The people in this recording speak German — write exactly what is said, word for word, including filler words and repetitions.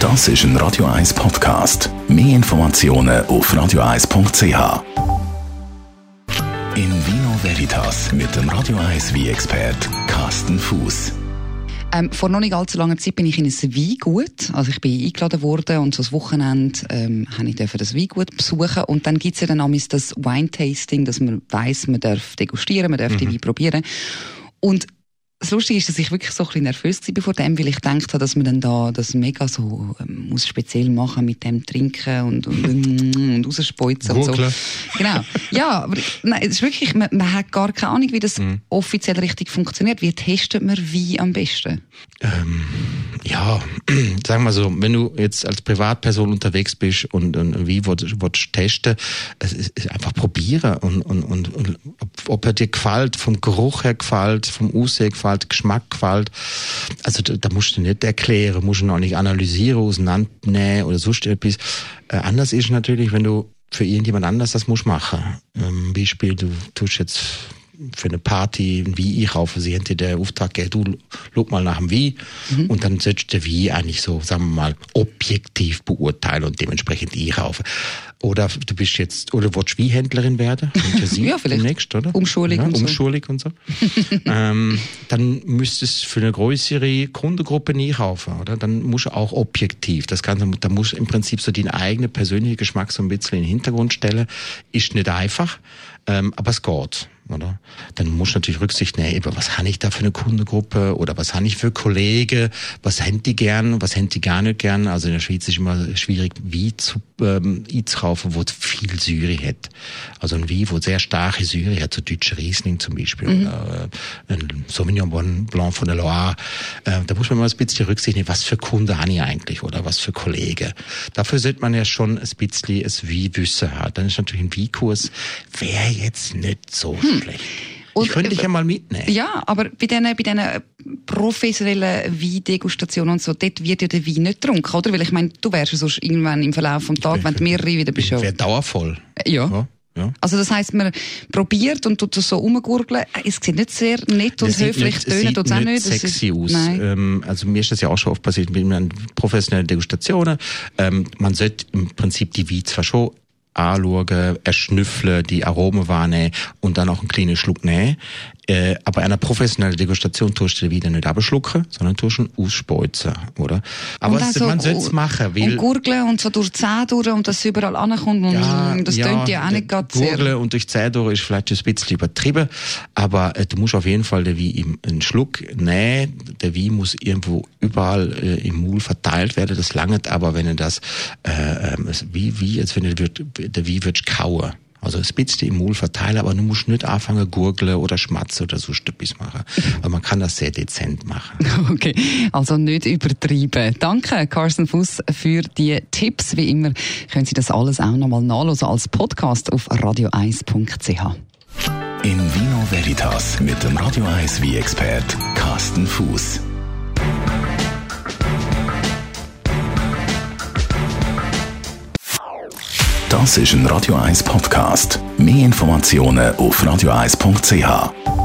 Das ist ein Radio eins Podcast. Mehr Informationen auf radio eins punkt c h. In Vino Veritas mit dem Radio eins Wein-Expert Carsten Fuß. Ähm, vor noch nicht allzu langer Zeit bin ich in ein Weingut. Also ich bin eingeladen worden und so das Wochenende ähm, habe ich das Weingut besuchen. Und dann gibt es ja dann amigs das Wine-Tasting, dass man weiss, man darf degustieren, man darf mhm. die Weine probieren. Und das Lustige ist, dass ich wirklich so ein bisschen nervös war vor dem, weil ich gedacht habe, dass man dann da das mega so ähm, muss speziell machen mit dem Trinken und und, und rausspeuzen und so. Genau. Ja, aber nein, es ist wirklich, man, man hat gar keine Ahnung, wie das mhm. offiziell richtig funktioniert. Wie testet man Wein am besten? Ähm, ja, sagen wir so, wenn du jetzt als Privatperson unterwegs bist und, und Wein willst, willst testen, es ist einfach probieren und, und, und, und ob, ob er dir gefällt, vom Geruch her gefällt, vom Aussehen gefällt, Geschmack gefällt. Also da, da musst du nicht erklären, musst du auch nicht analysieren, auseinandernehmen oder sonst etwas. Äh, anders ist natürlich, wenn du für irgendjemand anders das musst machen. Ähm, Beispiel, du tust jetzt für eine Party ein Wein einkaufen, sie haben dir den Auftrag gegeben, du schau mal nach dem Wein mhm. und dann sollst du den Wein eigentlich so, sagen wir mal, objektiv beurteilen und dementsprechend einkaufen. Oder du bist jetzt, oder willst Weinhändlerin werden? Ja, vielleicht. Demnächst, oder? Umschulung ja, und so. Umschulung und so. ähm, dann müsstest du für eine größere Kundengruppe einkaufen, oder? Dann musst du auch objektiv, das Ganze, da musst du im Prinzip so deinen eigenen persönlichen Geschmack so ein bisschen in den Hintergrund stellen. Ist nicht einfach, ähm, aber es geht. Oder? Dann musst du natürlich Rücksicht nehmen, was habe ich da für eine Kundengruppe oder was habe ich für Kollegen, was haben die gern, was haben die gar nicht gern. Also in der Schweiz ist immer schwierig, Wein zu, ähm, einzukaufen, wo viel Säure hat. Also ein Wein, wo sehr starke Säure hat, so deutsche Riesling zum Beispiel mhm. oder äh, ein Sauvignon Blanc von der Loire. Äh, da muss man mal ein bisschen Rücksicht nehmen, was für Kunden habe ich eigentlich oder was für Kollegen. Dafür sollte man ja schon ein bisschen ein Weinwissen haben. Dann ist natürlich ein Weinkurs, wäre jetzt nicht so hm. schlecht. Und, ich könnte dich ja mal mitnehmen. Ja, aber bei diesen, bei diesen professionellen Weindegustationen und so, dort wird ja der Wein nicht getrunken, oder? Weil ich meine, du wärst ja sonst irgendwann im Verlauf des Tages, wenn du mehrere wieder bist. Wäre dauervoll. Ja. ja. Ja. Also das heisst, man probiert und tut das so rumgurgeln. Es sieht nicht sehr nett und höflich, tönen tut es auch nicht. Es sieht sexy aus. Ähm, also mir ist das ja auch schon oft passiert mit professionellen Degustationen. Ähm, man sollte im Prinzip die Weine zwar schon anschauen, erschnüffeln, die Aromen wahrnehmen und dann auch einen kleinen Schluck nehmen. Äh, aber einer professionellen Degustation tust du wieder nicht abschlucken, sondern tust ihn ausspeuzen, oder? Aber es, so, man sollte es machen. Weil und gurgeln und so durch die Zähne durch und das überall ankommt und ja, das ja, tönt ja auch nicht ganz sehr. Gurgeln und durch die Zähne durch ist vielleicht ein bisschen übertrieben, aber äh, du musst auf jeden Fall den Wein im, einen Schluck nehmen. Der Wein muss irgendwo überall äh, im Mund verteilt werden, das langt aber, wenn er das äh, äh, wie, wie, als wenn er wird, der Wein wird kauen. Also ein bisschen im Mund verteilen, aber du musst nicht anfangen gurgeln oder schmatzen oder so etwas machen. Aber man kann das sehr dezent machen. Okay, also nicht übertreiben. Danke, Carsten Fuß, für die Tipps. Wie immer können Sie das alles auch nochmal nachlesen als Podcast auf radio eins punkt c h. In Vino Veritas mit dem Radio eins Wein-Expert Carsten Fuß. Das ist ein Radio eins Podcast. Mehr Informationen auf radio eins punkt c h.